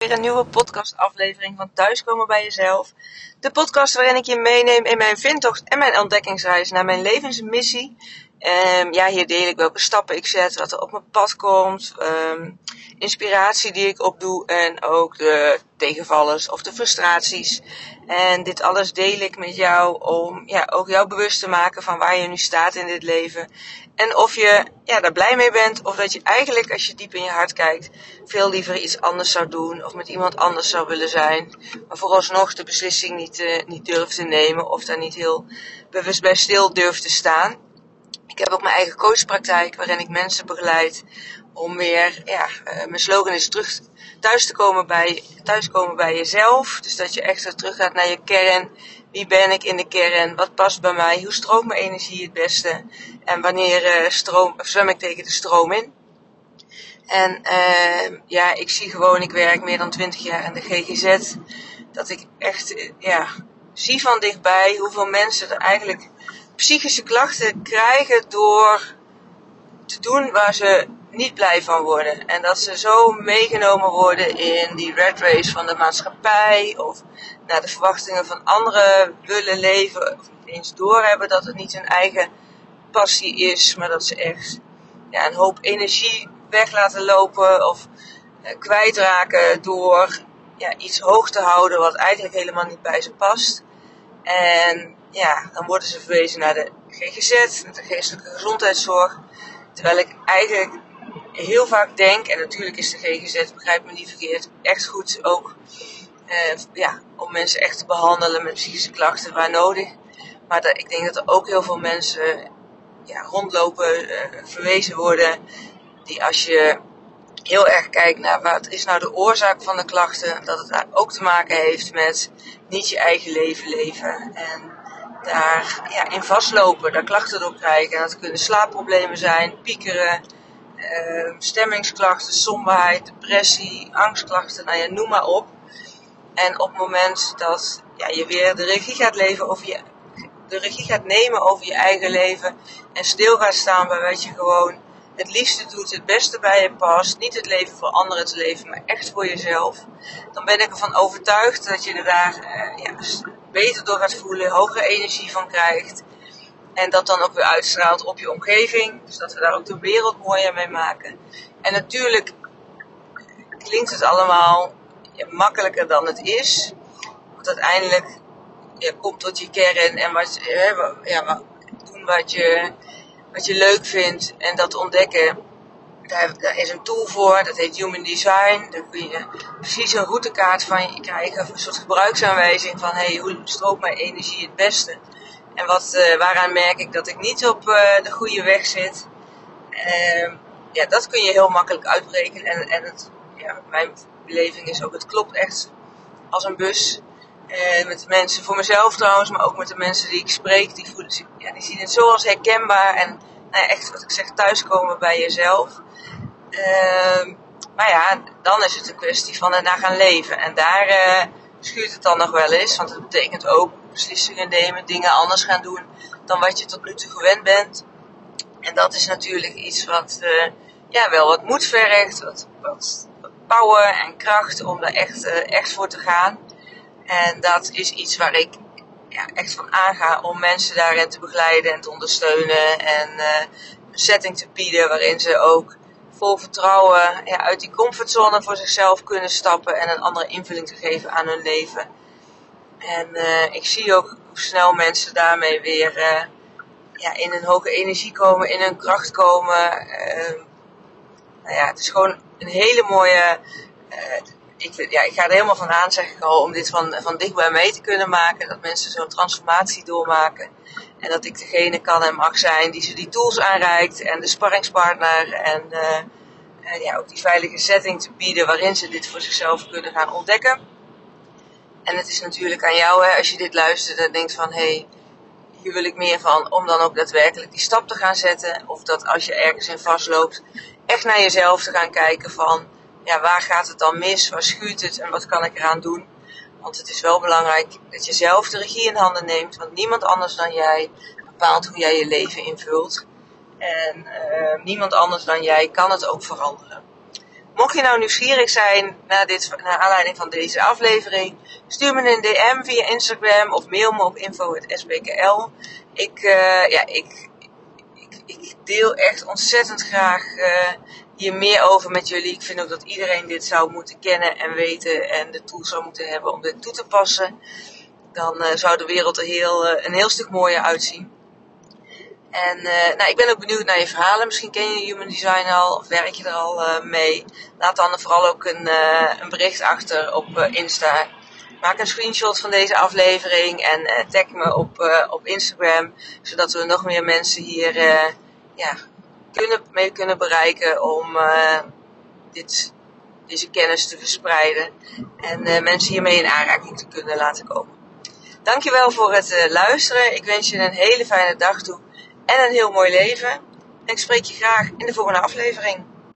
Weer een nieuwe podcastaflevering van Thuiskomen bij Jezelf. De podcast waarin ik je meeneem in mijn vindtocht en mijn ontdekkingsreis naar mijn levensmissie. Hier deel ik welke stappen ik zet, wat er op mijn pad komt, inspiratie die ik opdoe en ook de tegenvallers of de frustraties. En dit alles deel ik met jou om ook jou bewust te maken van waar je nu staat in dit leven. En of je daar blij mee bent of dat je eigenlijk, als je diep in je hart kijkt, veel liever iets anders zou doen of met iemand anders zou willen zijn. Maar vooralsnog de beslissing niet durft te nemen of daar niet heel bewust bij stil durft te staan. Ik heb ook mijn eigen coachpraktijk waarin ik mensen begeleid om weer, mijn slogan is thuiskomen bij jezelf. Dus dat je echt terug gaat naar je kern. Wie ben ik in de kern? Wat past bij mij? Hoe stroomt mijn energie het beste? En wanneer zwem ik tegen de stroom in? En ik zie gewoon, ik werk meer dan 20 jaar in de GGZ. Dat ik echt zie van dichtbij hoeveel mensen er eigenlijk psychische klachten krijgen door te doen waar ze niet blij van worden. En dat ze zo meegenomen worden in die rat race van de maatschappij of naar de verwachtingen van anderen willen leven of niet eens doorhebben dat het niet hun eigen passie is, maar dat ze echt een hoop energie weg laten lopen of kwijtraken door iets hoog te houden wat eigenlijk helemaal niet bij ze past. En dan worden ze verwezen naar de GGZ, naar de geestelijke gezondheidszorg. Terwijl ik eigenlijk heel vaak denk, en natuurlijk is de GGZ, begrijp me niet verkeerd, echt goed ook om mensen echt te behandelen met psychische klachten waar nodig. Maar ik denk dat er ook heel veel mensen rondlopen, verwezen worden, die als je heel erg kijkt naar wat is nou de oorzaak van de klachten, dat het daar ook te maken heeft met niet je eigen leven leven en daar in vastlopen, daar klachten door krijgen. En dat kunnen slaapproblemen zijn, piekeren, stemmingsklachten, somberheid, depressie, angstklachten, noem maar op. En op het moment dat je weer de regie gaat nemen over je eigen leven en stil gaat staan bij wat je gewoon het liefste doet, het beste bij je past, niet het leven voor anderen te leven, maar echt voor jezelf, dan ben ik ervan overtuigd dat je er daar beter door gaat voelen, hogere energie van krijgt en dat dan ook weer uitstraalt op je omgeving, dus dat we daar ook de wereld mooier mee maken. En natuurlijk klinkt het allemaal makkelijker dan het is, want uiteindelijk komt tot je kern en doen wat je leuk vindt en dat ontdekken. Daar is een tool voor, dat heet Human Design. Daar kun je precies een routekaart van je krijgen, een soort gebruiksaanwijzing van hoe stroomt mijn energie het beste. En waaraan merk ik dat ik niet op de goede weg zit. Dat kun je heel makkelijk uitbreken. Mijn beleving is ook, het klopt echt als een bus. Met de mensen, voor mezelf trouwens, maar ook met de mensen die ik spreek, die zien het zo als herkenbaar en echt wat ik zeg, thuiskomen bij jezelf. Dan is het een kwestie van ernaar gaan leven. En daar schuurt het dan nog wel eens, want het betekent ook beslissingen nemen, dingen anders gaan doen dan wat je tot nu toe gewend bent. En dat is natuurlijk iets wat wel wat moed vergt, wat power en kracht om daar echt voor te gaan. En dat is iets waar ik echt van aanga om mensen daarin te begeleiden en te ondersteunen. En een setting te bieden waarin ze ook vol vertrouwen uit die comfortzone voor zichzelf kunnen stappen. En een andere invulling te geven aan hun leven. En ik zie ook hoe snel mensen daarmee weer in een hoge energie komen, in hun kracht komen. Het is gewoon een hele mooie... Ik ga er helemaal van aan, zeg ik al, om dit van dichtbij mee te kunnen maken. Dat mensen zo'n transformatie doormaken. En dat ik degene kan en mag zijn die ze die tools aanreikt. En de sparringspartner. En ook die veilige setting te bieden waarin ze dit voor zichzelf kunnen gaan ontdekken. En het is natuurlijk aan jou, als je dit luistert en denkt van... hier wil ik meer van, om dan ook daadwerkelijk die stap te gaan zetten. Of dat als je ergens in vastloopt, echt naar jezelf te gaan kijken van... waar gaat het dan mis? Waar schuurt het? En wat kan ik eraan doen? Want het is wel belangrijk dat je zelf de regie in handen neemt. Want niemand anders dan jij bepaalt hoe jij je leven invult. En niemand anders dan jij kan het ook veranderen. Mocht je nou nieuwsgierig zijn naar aanleiding van deze aflevering, stuur me een DM via Instagram of mail me op info@sbkl. Ik deel echt ontzettend graag hier meer over met jullie. Ik vind ook dat iedereen dit zou moeten kennen en weten en de tools zou moeten hebben om dit toe te passen. Dan zou de wereld er een heel stuk mooier uitzien. En ik ben ook benieuwd naar je verhalen. Misschien ken je Human Design al of werk je er al mee. Laat dan vooral ook een bericht achter op Insta. Maak een screenshot van deze aflevering en tag me op Instagram. Zodat we nog meer mensen hier mee kunnen bereiken om deze kennis te verspreiden. En mensen hiermee in aanraking te kunnen laten komen. Dankjewel voor het luisteren. Ik wens je een hele fijne dag toe. En een heel mooi leven. En ik spreek je graag in de volgende aflevering.